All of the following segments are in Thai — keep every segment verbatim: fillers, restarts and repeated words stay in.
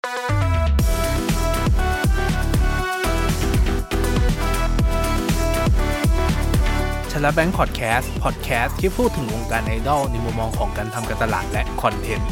ชลแบงค์พอดแคสต์พอดแคสต์ที่พูดถึงวงการไอดอลในมุมมองของการทำการตลาดและคอนเทนต์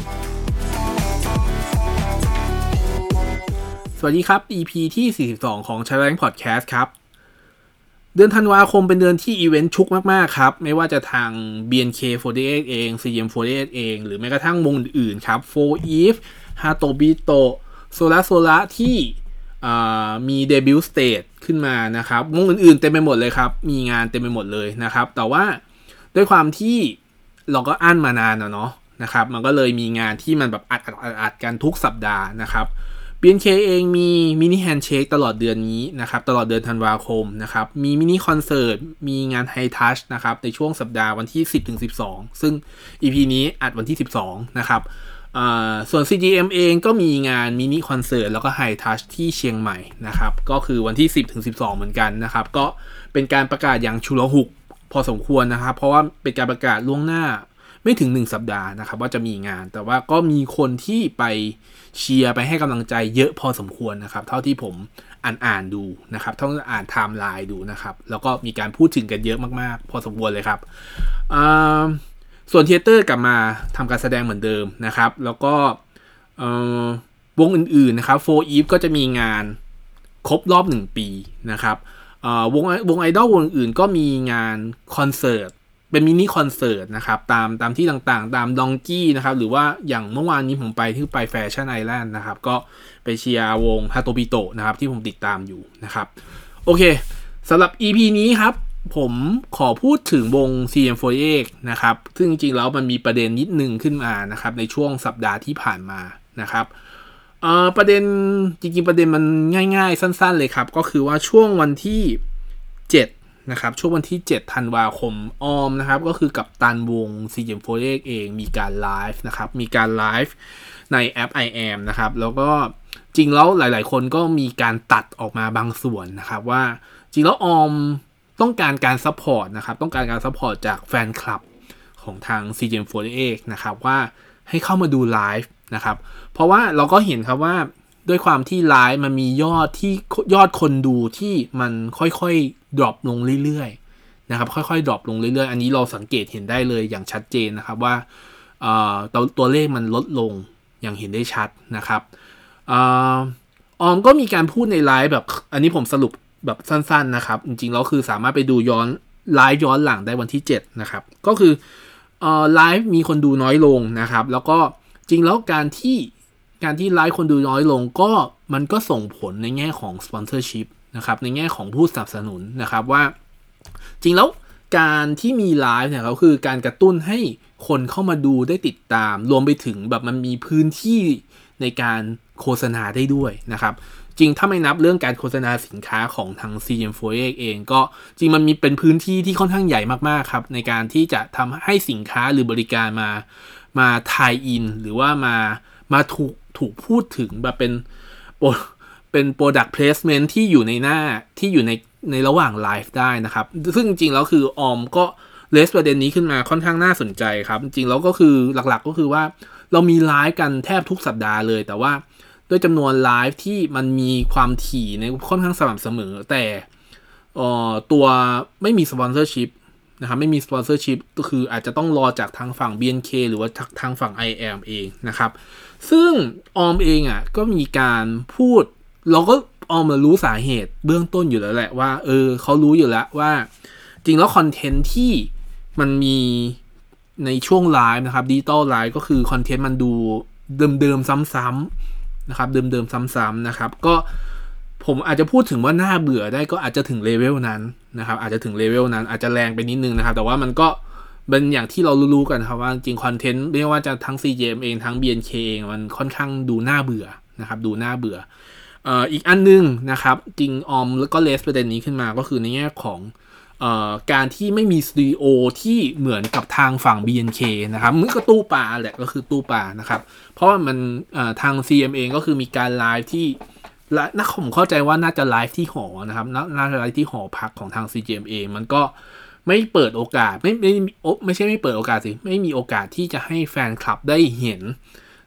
สวัสดีครับ อี พี ที่สี่สิบสองของชลแบงค์พอดแคสต์ครับเดือนธันวาคมเป็นเดือนที่อีเวนต์ชุกมากๆครับไม่ว่าจะทาง บี เอ็น เค สี่สิบแปด เอง ซี เอ็ม สี่สิบแปด เองหรือแม้กระทั่งวงอื่นๆครับ โฟร์ อีฟ Hatobito Sola Sola ที่มีเดบิวต์สเตจขึ้นมานะครับวงอื่นๆเต็มไปหมดเลยครับมีงานเต็มไปหมดเลยนะครับแต่ว่าด้วยความที่เราก็อั้นมานานแล้วเนาะนะครับมันก็เลยมีงานที่มันแบบอัดอัดกันทุกสัปดาห์นะครับ บี เอ็น เค เองมีมินิแฮนด์เชคตลอดเดือนนี้นะครับตลอดเดือนธันวาคมนะครับมีมินิคอนเสิร์ตมีงานไฮทัชนะครับในช่วงสัปดาห์วันที่ สิบถึงสิบสอง ซึ่ง อี พี นี้อัดวันที่สิบสองนะครับส่วน ซี จี เอ็ม เองก็มีงานมินิคอนเสิร์ตแล้วก็ไฮทัชที่เชียงใหม่นะครับก็คือวันที่ สิบถึงสิบสอง เหมือนกันนะครับก็เป็นการประกาศอย่างฉุกละหุกพอสมควรนะครับเพราะว่าเป็นการประกาศล่วงหน้าไม่ถึงหนึ่งสัปดาห์นะครับว่าจะมีงานแต่ว่าก็มีคนที่ไปเชียร์ไปให้กำลังใจเยอะพอสมควรนะครับเท่าที่ผมอ่านอ่านดูนะครับเท่าที่อ่านไทม์ไลน์ดูนะครับแล้วก็มีการพูดถึงกันเยอะมากๆพอสมควรเลยครับส่วนเทเตอร์กลับมาทำการแสดงเหมือนเดิมนะครับแล้วก็วงอื่นๆนะครับ โฟร์ อีฟ ก็จะมีงานครบรอบหนึ่งปีนะครับวงวงไอดอลวงอื่นก็มีงานคอนเสิร์ตเป็นมินิคอนเสิร์ตนะครับตามตามที่ต่างๆตามดองกี้นะครับหรือว่าอย่างเมื่อวานนี้ผมไปที่ไปแฟชั่นไอแลนด์นะครับก็ไปเชียร์วง Hatobito นะครับที่ผมติดตามอยู่นะครับโอเคสำหรับ อี พี นี้ครับผมขอพูดถึงวง ซี เอ็ม สี่สิบแปด นะครับซึ่งจริงๆแล้วมันมีประเด็นนิดนึงขึ้นมานะครับในช่วงสัปดาห์ที่ผ่านมานะครับเอ่อประเด็นจริงๆประเด็นมันง่ายๆสั้นๆเลยครับก็คือว่าช่วงวันที่เจ็ดนะครับช่วงวันที่เจ็ดธันวาคมออมนะครับก็คือกัปตันวง ซี เอ็ม สี่สิบแปด เองมีการไลฟ์นะครับมีการไลฟ์ในแอป I am นะครับแล้วก็จริงแล้วหลายๆคนก็มีการตัดออกมาบางส่วนนะครับว่าจริงแล้วออมต้องการการซัพพอร์ตนะครับต้องการการซัพพอร์ตจากแฟนคลับของทาง ซี เอ็ม สี่สิบแปด นะครับว่าให้เข้ามาดูไลฟ์นะครับเพราะว่าเราก็เห็นครับว่าด้วยความที่ไลฟ์มันมียอดที่ยอดคนดูที่มันค่อยๆดรอปลงเรื่อยๆนะครับค่อยๆดรอปลงเรื่อยๆอันนี้เราสังเกตเห็นได้เลยอย่างชัดเจนนะครับว่าเอ่อตัวตัวเลขมันลดลงอย่างเห็นได้ชัดนะครับเอ่อออมก็มีการพูดในไลฟ์แบบอันนี้ผมสรุปแบบสั้นๆนะครับจริงๆแล้วคือสามารถไปดูย้อนไลฟ์ย้อนหลังได้วันที่เจ็ดนะครับก็คือเอ่อไลฟ์มีคนดูน้อยลงนะครับแล้วก็จริงแล้วการที่การที่ไลฟ์คนดูน้อยลงก็มันก็ส่งผลในแง่ของสปอนเซอร์ชิพนะครับในแง่ของผู้สนับสนุนนะครับว่าจริงแล้วการที่มีไลฟ์เนี่ยก็คือการกระตุ้นให้คนเข้ามาดูได้ติดตามรวมไปถึงแบบมันมีพื้นที่ในการโฆษณาได้ด้วยนะครับจริงถ้าไม่นับเรื่องการโฆษณาสินค้าของทาง ซี เอ็ม สี่สิบแปด เองก็จริงมันมีเป็นพื้นที่ที่ค่อนข้างใหญ่มากๆครับในการที่จะทำให้สินค้าหรือบริการมามาทายอินหรือว่ามามาถูกถูกพูดถึงแบบเป็นเป็น product placement ที่อยู่ในหน้าที่อยู่ในในระหว่างไลฟ์ได้นะครับซึ่งจริงๆแล้วคือออมก็เลสประเด็นนี้ขึ้นมาค่อนข้างน่าสนใจครับจริงๆแล้วก็คือหลักๆก็คือว่าเรามีไลฟ์กันแทบทุกสัปดาห์เลยแต่ว่าด้วยจำนวนไลฟ์ที่มันมีความถี่ในค่อนข้างสม่ำเสมอแต่เอ่อตัวไม่มีสปอนเซอร์ชิพนะครับไม่มีสปอนเซอร์ชิพก็คืออาจจะต้องรอจากทางฝั่ง บี เอ็น เค หรือว่าทางฝั่ง I am เองนะครับซึ่งออมเองอ่ะก็มีการพูดเราก็ออมมารู้สาเหตุเบื้องต้นอยู่แล้วแหละว่าเออเขารู้อยู่แล้วว่าจริงแล้วคอนเทนต์ที่มันมีในช่วงไลฟ์นะครับดิจิตอลไลฟ์ก็คือคอนเทนต์มันดูเดิมๆซ้ำๆนะครับเดิมๆซ้ำๆนะครับก็ผมอาจจะพูดถึงว่าน่าเบื่อได้ก็อาจจะถึงเลเวลนั้นนะครับอาจจะถึงเลเวลนั้นอาจจะแรงไปนิดนึงนะครับแต่ว่ามันก็เป็นอย่างที่เรารู้ๆกันครับว่าจริงคอนเทนต์ไม่ว่าจะทั้ง ซี จี เอ็ม เองทั้ง บี เอ็น เค เองมันค่อนข้างดูน่าเบื่อนะครับดูน่าเบื่อเอ่ออีกอันนึงนะครับจริงออมแล้วก็เลสประเด็นนี้ขึ้นมาก็คือในแง่ของเอ่อการที่ไม่มีสตูดิโอที่เหมือนกับทางฝั่ง บี เอ็น เค นะครับมันก็ตู้ปลาแหละก็คือตู้ปลานะครับเพราะว่ามันเอ่อทาง ซี เอ็ม เองก็คือมีการไลฟ์ที่น่าผมเข้าใจว่าน่าจะไลฟ์ที่หอนะครับน่าจะไลฟ์ที่หอพักของทาง ซี จี เอ็ม เองมันก็ไม่เปิดโอกาสไม่ไม่ไม่ใช่ไม่เปิดโอกาสสิไม่มีโอกาสที่จะให้แฟนคลับได้เห็น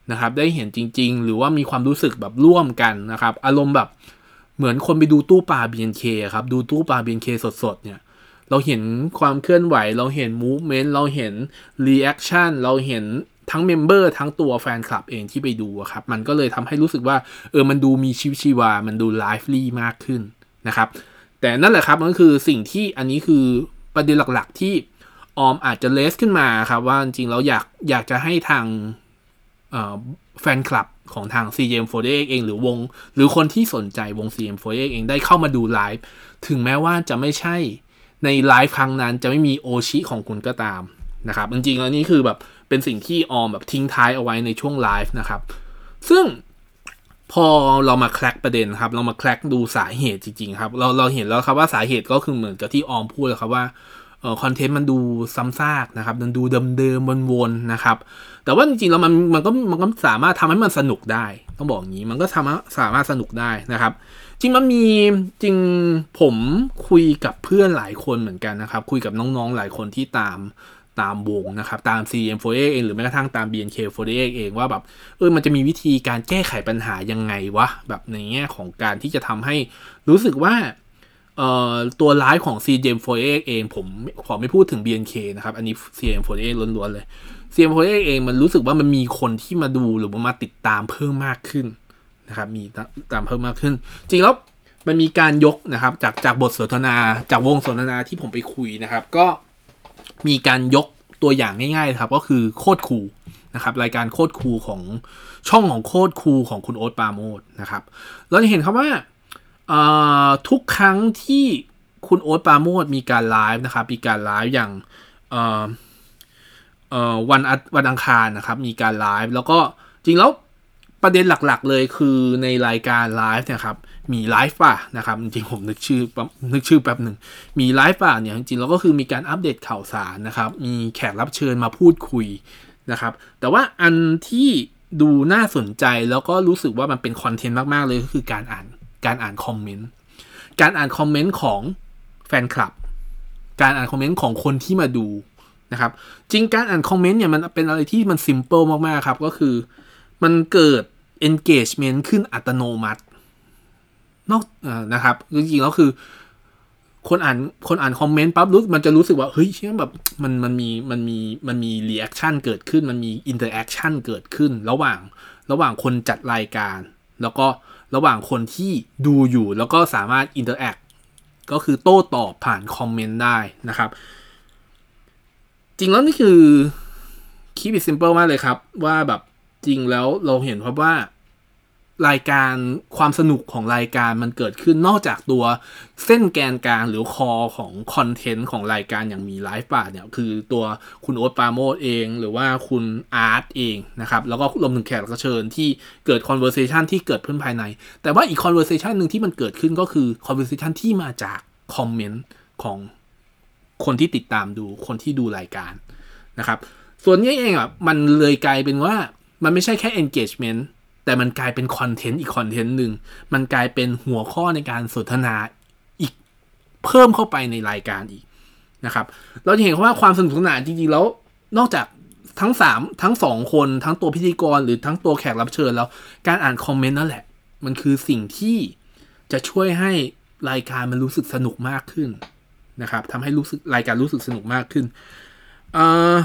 นะครับได้เห็นจริงๆหรือว่ามีความรู้สึกแบบร่วมกันนะครับอารมณ์แบบเหมือนคนไปดูตู้ปลา บี เอ็น เค ครับดูตู้ปลา บี เอ็น เค สดๆเนี่ยเราเห็นความเคลื่อนไหวเราเห็น movement เราเห็น reaction เราเห็นทั้งเมมเบอร์ทั้งตัวแฟนคลับเองที่ไปดูครับมันก็เลยทำให้รู้สึกว่าเออมันดูมีชีวิตชีวามันดู lively มากขึ้นนะครับแต่นั่นแหละครับมันก็คือสิ่งที่อันนี้คือประเด็นหลักๆที่ออมอาจจะเลสขึ้นมาครับว่าจริงๆแล้วอยากอยากจะให้ทางแฟนคลับของทาง ซี เจ เอ็ม โฟร์ตี้เอ็กซ์ เองหรือวงหรือคนที่สนใจวง ซี เอ็ม โฟร์ตี้เอ็กซ์ เองได้เข้ามาดูไลฟ์ถึงแม้ว่าจะไม่ใช่ในไลฟ์ครั้งนั้นจะไม่มีโอชิของคุณก็ตามนะครับจริงๆแล้วนี่คือแบบเป็นสิ่งที่ออมแบบทิ้งท้ายเอาไว้ในช่วงไลฟ์นะครับซึ่งพอเรามาแคลกประเด็นครับเรามาแคลกดูสาเหตุจริงๆครับเราเราเห็นแล้วครับว่าสาเหตุก็คือเหมือนกับที่ออมพูดเลยครับว่าเอ่อคอนเทนต์มันดูซ้ำซากนะครับมันดูเดิมๆวนๆนะครับแต่ว่าจริงๆแล้วมันมันก็มันก็สามารถทำให้มันสนุกได้ต้องบอกอย่างนี้มันก็ทำสามารถสนุกได้นะครับจริงมันมีจริงผมคุยกับเพื่อนหลายคนเหมือนกันนะครับคุยกับน้องๆหลายคนที่ตามตามวงนะครับตาม ซี เอ็ม โฟร์ตี้เอ็กซ์ เองหรือแม้กระทั่งตาม บี เอ็น เค โฟร์ตี้เอ็กซ์ เองว่าแบบเออมันจะมีวิธีการแก้ไขปัญหายังไงวะแบบในแง่ของการที่จะทำให้รู้สึกว่าเอ่อตัวไลฟ์ของ ซี เจ เอ็ม โฟร์ตี้เอ็กซ์ เองผมขอไม่พูดถึง บี เอ็น เค นะครับอันนี้ ซี เอ็ม โฟร์ตี้เอ็กซ์ ล้วนๆเลย ซี เอ็ม โฟร์ตี้เอ็กซ์ เองมันรู้สึกว่ามันมีคนที่มาดูหรือว่ามาติดตามเพิ่มมากขึ้นนะครับมีตามเพิ่มมากขึ้นจริงแล้วมันมีการยกนะครับจากจากบทสนทนาจากวงสนทนาที่ผมไปคุยนะครับก็มีการยกตัวอย่างง่ายๆครับก็คือโคตรคูลนะครับรายการโคตรคูลของช่องของโคตรคูลของคุณโอ๊ตปราโมชนะครับเราจะเห็นครับว่าทุกครั้งที่คุณโอ๊ตปราโมชมีการไลฟ์นะครับมีการไลฟ์อย่างวันวันอังคารนะครับมีการไลฟ์แล้วก็จริงแล้วประเด็นหลักๆเลยคือในรายการไลฟ์เนี่ยครับมีไลฟ์ป่ะนะครับจริงๆผมนึกชื่อนึกชื่อแป๊บหนึ่งมีไลฟ์ป่ะเนี่ยจริงๆแล้วก็คือมีการอัปเดตข่าวสารนะครับมีแขกรับเชิญมาพูดคุยนะครับแต่ว่าอันที่ดูน่าสนใจแล้วก็รู้สึกว่ามันเป็นคอนเทนต์มากๆเลยก็คือการอ่านการอ่านคอมเมนต์การอ่านคอมเมนต์ของแฟนคลับการอ่านคอมเมนต์ของคนที่มาดูนะครับจริงการอ่านคอมเมนต์เนี่ยมันเป็นอะไรที่มันซิมเปิลมากๆครับก็คือมันเกิด engagement ขึ้นอัตโนมัตินอกเอ่อนะครับจริงๆแล้วคือคนอ่านคนอ่านคอมเมนต์ปั๊บรู้มันจะรู้สึกว่าเฮ้ยเชื่อแบบมันมันมีมันมีมันมี reaction เกิดขึ้นมันมี interaction เกิดขึ้นระหว่างระหว่างคนจัดรายการแล้วก็ระหว่างคนที่ดูอยู่แล้วก็สามารถ interact ก็คือโต้ตอบผ่านคอมเมนต์ได้นะครับจริงแล้วนี่คือ keep it simple มากเลยครับว่าแบบจริงแล้วเราเห็นครับว่ารายการความสนุกของรายการมันเกิดขึ้นนอกจากตัวเส้นแกนกลางหรือคอของคอนเทนต์ของรายการอย่างมีไลฟ์ป่ะเนี่ยคือตัวคุณโอ๊ตปราโมชเองหรือว่าคุณอาร์ตเองนะครับแล้วก็รวมถึงแขกรับเชิญที่เกิด conversation ที่เกิดขึ้นภายในแต่ว่าอีก conversation นึงที่มันเกิดขึ้นก็คือ conversation ที่มาจากคอมเมนต์ของคนที่ติดตามดูคนที่ดูรายการนะครับส่วนนี้เองอ่ะมันเลยกลายเป็นว่ามันไม่ใช่แค่ engagementแต่มันกลายเป็นคอนเทนต์อีกคอนเทนต์หนึ่งมันกลายเป็นหัวข้อในการสนทนาอีกเพิ่มเข้าไปในรายการอีกนะครับเราจะเห็นว่าความสนุกสนานจริงๆแล้วนอกจากทั้งสามทั้งสองคนทั้งตัวพิธีกรหรือทั้งตัวแขกรับเชิญแล้วการอ่านคอมเมนต์นั่นแหละมันคือสิ่งที่จะช่วยให้รายการมันรู้สึกสนุกมากขึ้นนะครับทำให้รู้สึกรายการรู้สึกสนุกมากขึ้นเอ่อ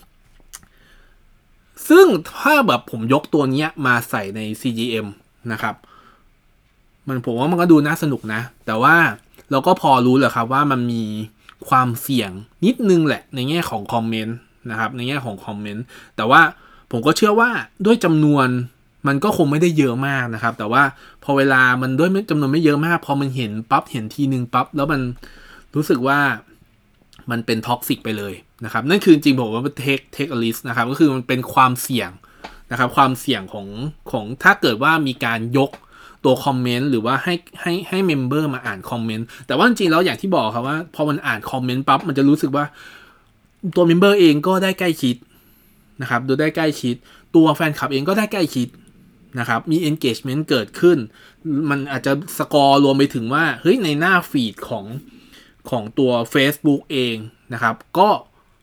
ซึ่งถ้าแบบผมยกตัวเนี้ยมาใส่ใน ซี จี เอ็ม นะครับมันผมว่ามันก็ดูน่าสนุกนะแต่ว่าเราก็พอรู้แหละครับว่ามันมีความเสี่ยงนิดนึงแหละในแง่ของคอมเมนต์นะครับในแง่ของคอมเมนต์แต่ว่าผมก็เชื่อว่าด้วยจำนวนมันก็คงไม่ได้เยอะมากนะครับแต่ว่าพอเวลามันด้วยจำนวนไม่เยอะมากพอมันเห็นปั๊บเห็นทีนึงปั๊บแล้วมันรู้สึกว่ามันเป็นท็อกซิกไปเลยนะครับนั่นคือจริงๆผมว่าเทคเทคอลิสนะครับก็คือมันเป็นความเสี่ยงนะครับความเสี่ยงของของถ้าเกิดว่ามีการยกตัวคอมเมนต์หรือว่าให้ให้ให้เมมเบอร์มาอ่านคอมเมนต์แต่ว่าจริงๆแล้วอย่างที่บอกครับว่าพอมันอ่านคอมเมนต์ปั๊บมันจะรู้สึกว่าตัวเมมเบอร์เองก็ได้ใกล้ชิดนะครับดูได้ใกล้ชิดตัวแฟนคลับเองก็ได้ใกล้ชิดนะครับมี engagement เกิดขึ้นมันอาจจะสกอร์รวมไปถึงว่าเฮ้ยในหน้าฟีดของของตัว Facebook เองนะครับก็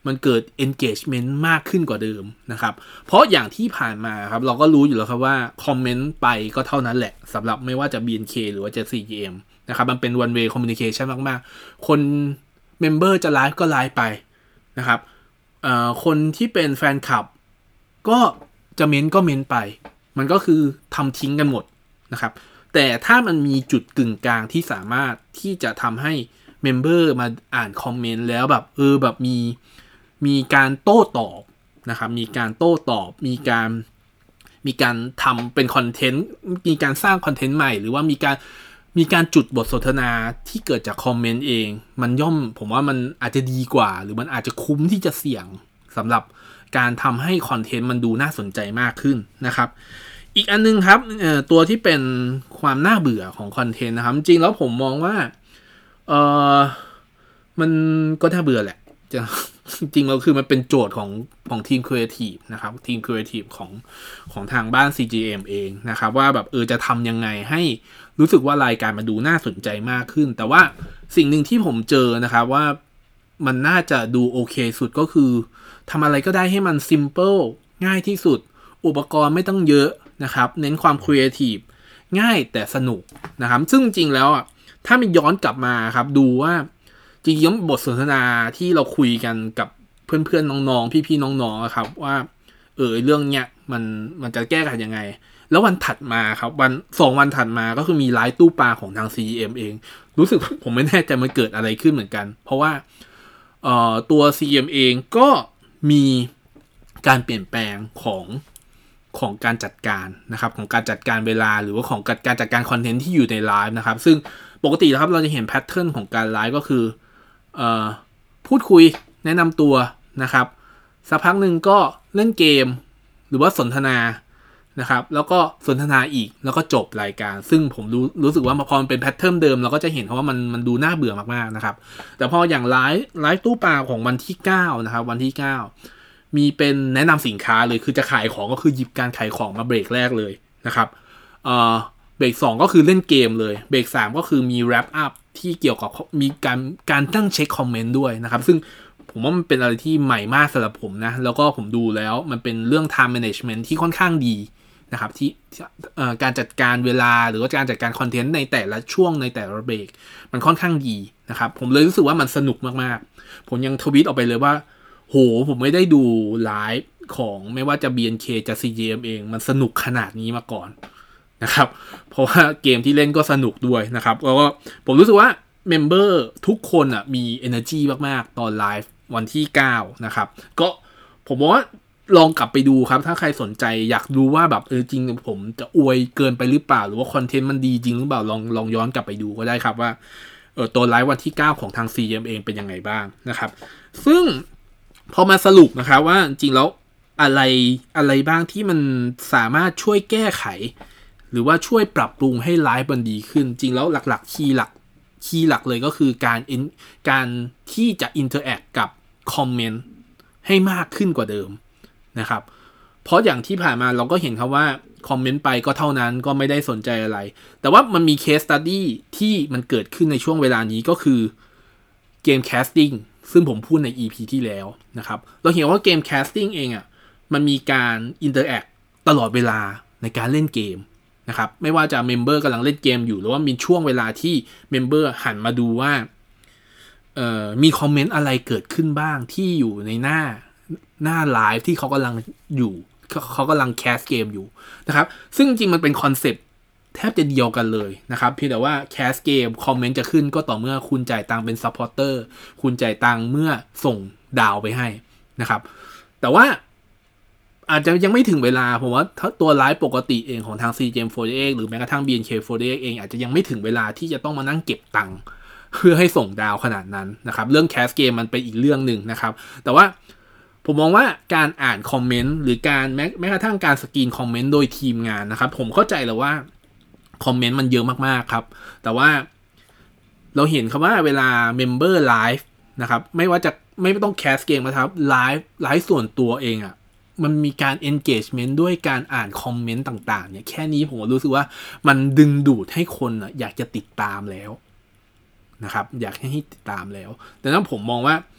มันเกิด engagement มากขึ้นกว่าเดิมนะครับเพราะอย่างที่ผ่านมาครับเราก็รู้อยู่แล้วครับว่าคอมเมนต์ไปก็เท่านั้นแหละสำหรับไม่ว่าจะ บี เอ็น เค หรือว่าจะ ซี จี เอ็ม นะครับมันเป็น one way communication มากๆคนเมมเบอร์จะไลฟ์ก็ไลฟ์ไปนะครับเอ่อคนที่เป็นแฟนคลับก็จะเม้นก็เม้นไปมันก็คือทำทิ้งกันหมดนะครับแต่ถ้ามันมีจุดกึ่งกลางที่สามารถที่จะทำให้เมมเบอร์มาอ่านคอมเมนต์แล้วแบบเออแบบมีมีการโต้ตอบนะครับมีการโต้ตอบมีการมีการทำเป็นคอนเทนต์มีการสร้างคอนเทนต์ใหม่หรือว่ามีการมีการจุดบทสนทนาที่เกิดจากคอมเมนต์เองมันย่อมผมว่ามันอาจจะดีกว่าหรือมันอาจจะคุ้มที่จะเสี่ยงสำหรับการทำให้คอนเทนต์มันดูน่าสนใจมากขึ้นนะครับอีกอันนึงครับเอ่อตัวที่เป็นความน่าเบื่อของคอนเทนต์นะครับจริงแล้วผมมองว่าเออมันก็น่าเบื่อแหละจะจริงๆแล้วคือมันเป็นโจทย์ของของทีมครีเอทีฟนะครับทีมครีเอทีฟของของทางบ้าน ซี จี เอ็ม เองนะครับว่าแบบเออจะทำยังไงให้รู้สึกว่ารายการมันดูน่าสนใจมากขึ้นแต่ว่าสิ่งหนึ่งที่ผมเจอนะครับว่ามันน่าจะดูโอเคสุดก็คือทำอะไรก็ได้ให้มัน simple ง่ายที่สุดอุปกรณ์ไม่ต้องเยอะนะครับเน้นความครีเอทีฟง่ายแต่สนุกนะครับซึ่งจริงแล้วอ่ะถ้ามันย้อนกลับมาครับดูว่าจริงๆบทสนทนาที่เราคุยกันกับเพื่อนๆน้องๆพี่ๆน้องๆครับว่าเออเรื่องเนี้ยมันมันจะแก้ไขยังไงแล้ววันถัดมาครับวันสองวันถัดมาก็คือมีไลฟ์ตู้ปลาของทาง ซี จี เอ็ม เองรู้สึกผมไม่แน่ใจมันเกิดอะไรขึ้นเหมือนกันเพราะว่าเอ่อตัว ซี จี เอ็ม เองก็มีการเปลี่ยนแปลงของของการจัดการนะครับของการจัดการเวลาหรือว่าของการจัดการคอนเทนต์ที่อยู่ในไลฟ์นะครับซึ่งปกตินะครับเราจะเห็นแพทเทิร์นของการไลฟ์ก็คือเอ่อพูดคุยแนะนำตัวนะครับสักพักหนึ่งก็เล่นเกมหรือว่าสนทนานะครับแล้วก็สนทนาอีกแล้วก็จบรายการซึ่งผมรู้รู้สึกว่าพอมันเป็นแพทเทิร์นเดิมเราก็จะเห็นว่ามันมันดูน่าเบื่อมากๆนะครับแต่พออย่างไลฟ์ไลฟ์ตู้ปลาของวันที่เก้านะครับวันที่เก้ามีเป็นแนะนำสินค้าเลยคือจะขายของก็คือหยิบการขายของมาเบรกแรกเลยนะครับเอ่อเบรกสองก็คือเล่นเกมเลยเบรกสามก็คือมีแรปอัพที่เกี่ยวกับมีการการตั้งเช็คคอมเมนต์ด้วยนะครับซึ่งผมว่ามันเป็นอะไรที่ใหม่มากสำหรับผมนะแล้วก็ผมดูแล้วมันเป็นเรื่อง time management ที่ค่อนข้างดีนะครับที่การจัดการเวลาหรือว่าการจัดการคอนเทนต์ในแต่ละช่วงในแต่ละเบรกมันค่อนข้างดีนะครับผมเลยรู้สึกว่ามันสนุกมากๆผมยังทวีตออกไปเลยว่าโหผมไม่ได้ดูไลฟ์ของไม่ว่าจะ บี เอ็น เค จะ ซี จี เอ็ม เองมันสนุกขนาดนี้มาก่อนนะครับเพราะว่าเกมที่เล่นก็สนุกด้วยนะครับแล้วก็ผมรู้สึกว่าเมมเบอร์ทุกคนอ่ะมี energy มากๆตอนไลฟ์วันที่เก้านะครับก็ผมว่าลองกลับไปดูครับถ้าใครสนใจอยากรู้ว่าแบบเออจริงผมจะอวยเกินไปหรือเปล่าหรือว่าคอนเทนต์มันดีจริงหรือเปล่าลองลองย้อนกลับไปดูก็ได้ครับว่าเออตัวไลฟ์วันที่เก้าของทาง ซี เอ็ม เองเป็นยังไงบ้างนะครับซึ่งพอมาสรุปนะครับว่าจริงแล้วอะไรอะไรบ้างที่มันสามารถช่วยแก้ไขหรือว่าช่วยปรับปรุงให้ไลฟ์มันดีขึ้นจริงแล้วหลักๆคีย์หลักคีย์หลักเลยก็คือการการที่จะอินเทอร์แอคกับคอมเมนต์ให้มากขึ้นกว่าเดิมนะครับเพราะอย่างที่ผ่านมาเราก็เห็นครับว่าคอมเมนต์ไปก็เท่านั้นก็ไม่ได้สนใจอะไรแต่ว่ามันมีเคสสตั๊ดดี้ที่มันเกิดขึ้นในช่วงเวลานี้ก็คือเกมแคสติ้งซึ่งผมพูดใน อี พี ที่แล้วนะครับเราเห็นว่าเกมแคสติ้งเองอ่ะมันมีการอินเตอร์แอคตลอดเวลาในการเล่นเกมนะครับไม่ว่าจะเมมเบอร์กำลังเล่นเกมอยู่หรือว่ามีช่วงเวลาที่เมมเบอร์หันมาดูว่าเอ่อมีคอมเมนต์อะไรเกิดขึ้นบ้างที่อยู่ในหน้าหน้าไลฟ์ที่เขากำลังอยู่เขากำลังแคสเกมอยู่นะครับซึ่งจริงมันเป็นคอนเซ็ปต์แทบจะเดียวกันเลยนะครับเพียงแต่ว่าแคสเกมคอมเมนต์จะขึ้นก็ต่อเมื่อคุณจ่ายตังค์เป็นซัพพอร์เตอร์คุณจ่ายตังค์เมื่อส่งดาวไปให้นะครับแต่ว่าอาจจะยังไม่ถึงเวลาผมว่าตัวไลฟ์ปกติเองของทาง ซี จี เอ็ม โฟร์ตี้เอ็ดหรือแม้กระทั่ง บี เอ็น เค โฟร์ตี้เอ็ดเองอาจจะยังไม่ถึงเวลาที่จะต้องมานั่งเก็บตังค์เพื่อให้ส่งดาวขนาดนั้นนะครับเรื่องแคสเกมมันเป็นอีกเรื่องหนึ่งนะครับแต่ว่าผมมองว่าการอ่านคอมเมนต์หรือการแม้แม้กระทั่งการสกรีนคอมเมนต์โดยทีมงานนะครับผมเข้าใจเลยว่าคอมเมนต์มันเยอะมากๆครับแต่ว่าเราเห็นครับว่าเวลาเมมเบอร์ไลฟ์นะครับไม่ว่าจะไม่ต้องแคสเกมนะครับไลฟ์ไลฟ์ส่วนตัวเองอ่ะมันมีการ engagement ด้วยการอ่านคอมเมนต์ต่างๆเนี่ยแค่นี้ผมรู้สึกว่ามันดึงดูดให้คนอ่ะอยากจะติดตามแล้วนะครับอยากให้ติดตามแล้วแต่นั้นผมมองว่า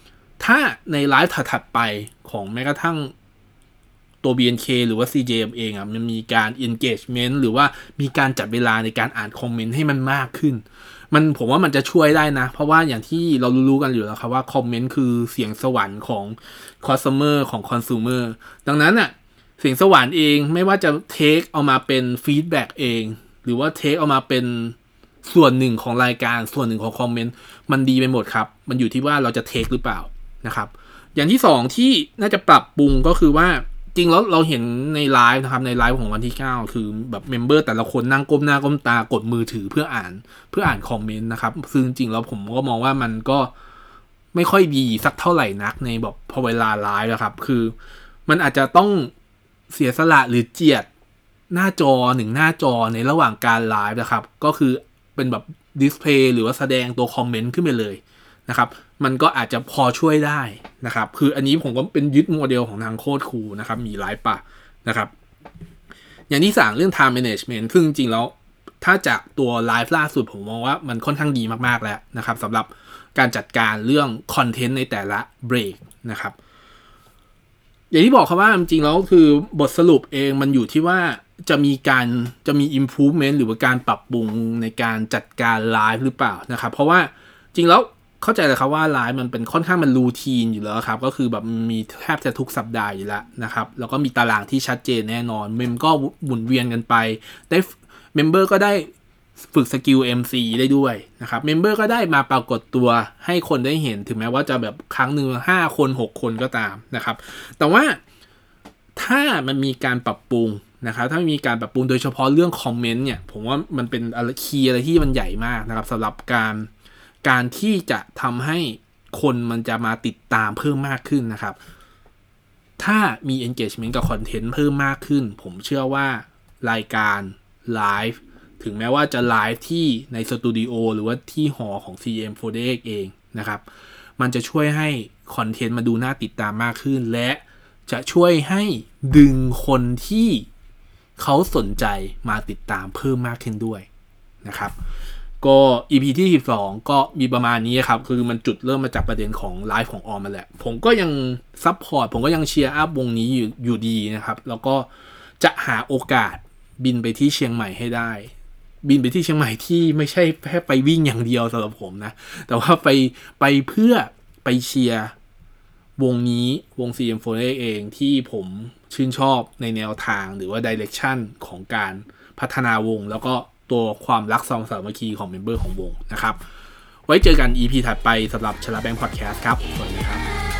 ถ้าในไลฟ์ถัดๆไปของแม้กระทั่งตัว บี เอ็น เค หรือว่า ซี เจ เอ็ม เองอ่ะมันมีการ engagement หรือว่ามีการจัดเวลาในการอ่านคอมเมนต์ให้มันมากขึ้นมันผมว่ามันจะช่วยได้นะเพราะว่าอย่างที่เรารู้ๆกันอยู่แล้วครับว่าคอมเมนต์คือเสียงสวรรค์ของ customer ของ consumer ดังนั้นอ่ะเสียงสวรรค์เองไม่ว่าจะ take เอามาเป็น feedback เองหรือว่า take เอามาเป็นส่วนหนึ่งของรายการส่วนหนึ่งของคอมเมนต์มันดีไปหมดครับมันอยู่ที่ว่าเราจะ take หรือเปล่านะครับอย่างที่สองที่น่าจะปรับปรุงก็คือว่าจริงแล้วเราเห็นในไลฟ์นะครับในไลฟ์ของวันที่เก้าคือแบบเมมเบอร์แต่ละคนนั่งก้มหน้าก้มตากดมือถือเพื่ออ่านเพื่ออ่านคอมเมนต์นะครับซึ่งจริงแล้วผมก็มองว่ามันก็ไม่ค่อยดีสักเท่าไหร่นักในแบบพอเวลาไลฟ์นะครับคือมันอาจจะต้องเสียสละหรือเจียดหน้าจอหนึ่งหน้าจอในระหว่างการไลฟ์นะครับก็คือเป็นแบบดิสเพลย์หรือว่าแสดงตัวคอมเมนต์ขึ้นไปเลยนะครับมันก็อาจจะพอช่วยได้นะครับคืออันนี้ผมก็เป็นยึดโมเดลของทางโค้ดครูนะครับมีไลฟ์ป่ะนะครับอย่างที่สามเรื่อง time management ซึ่งจริงๆแล้วถ้าจากตัวไลฟ์ล่าสุดผมมองว่ามันค่อนข้างดีมากๆแล้วนะครับสำหรับการจัดการเรื่องคอนเทนต์ในแต่ละเบรกนะครับอย่างที่บอกครับว่าจริงๆแล้วคือบทสรุปเองมันอยู่ที่ว่าจะมีการจะมี improvement หรือว่าการปรับปรุงในการจัดการไลฟ์หรือเปล่านะครับเพราะว่าจริงแล้วเข้าใจเลยครับว่าไลฟ์มันเป็นค่อนข้างมันรูทีนอยู่แล้วครับก็คือแบบมีแทบจะทุกสัปดาห์อยู่แล้วนะครับแล้วก็มีตารางที่ชัดเจนแน่นอนเมมก็หมุนเวียนกันไปได้เมมเบอร์ก็ได้ฝึกสกิล เอ็ม ซี ได้ด้วยนะครับเมมเบอร์ก็ได้มาปรากฏตัวให้คนได้เห็นถึงแม้ว่าจะแบบครั้งหนึ่งห้าคนหกคนก็ตามนะครับแต่ว่าถ้ามันมีการปรับปรุงนะครับถ้ามีการปรับปรุงโดยเฉพาะเรื่องคอมเมนต์เนี่ยผมว่ามันเป็นอะไรคีย์อะไรที่มันใหญ่มากนะครับสำหรับการการที่จะทำให้คนมันจะมาติดตามเพิ่มมากขึ้นนะครับถ้ามี engagement กับคอนเทนต์เพิ่มมากขึ้นผมเชื่อว่ารายการไลฟ์ถึงแม้ว่าจะไลฟ์ที่ในสตูดิโอหรือว่าที่หอของ ซี เอ็ม โฟร์ตี้เอ็กซ์ เองนะครับมันจะช่วยให้คอนเทนต์มาดูน่าติดตามมากขึ้นและจะช่วยให้ดึงคนที่เขาสนใจมาติดตามเพิ่มมากขึ้นด้วยนะครับก็ อี พี ที่สิบสองก็มีประมาณนี้ครับคือมันจุดเริ่มมาจากประเด็นของไลฟ์ของออมมาแหละผมก็ยังซัพพอร์ตผมก็ยังเชียร์อัพวงนี้อยู่อยู่ดีนะครับแล้วก็จะหาโอกาสบินไปที่เชียงใหม่ให้ได้บินไปที่เชียงใหม่ที่ไม่ใช่แค่ไปวิ่งอย่างเดียวสำหรับผมนะแต่ว่าไปไปเพื่อไปเชียร์วงนี้วง ซี เอ็ม โฟร์ตี้เอ็กซ์ เองที่ผมชื่นชอบในแนวทางหรือว่า direction ของการพัฒนาวงแล้วก็ตัวความรักสองสามัคคีของเมมเบอร์ของวงนะครับไว้เจอกัน อี พี ถัดไปสำหรับชลาแบงค์พอดแคสต์ครับสวัสดีครับ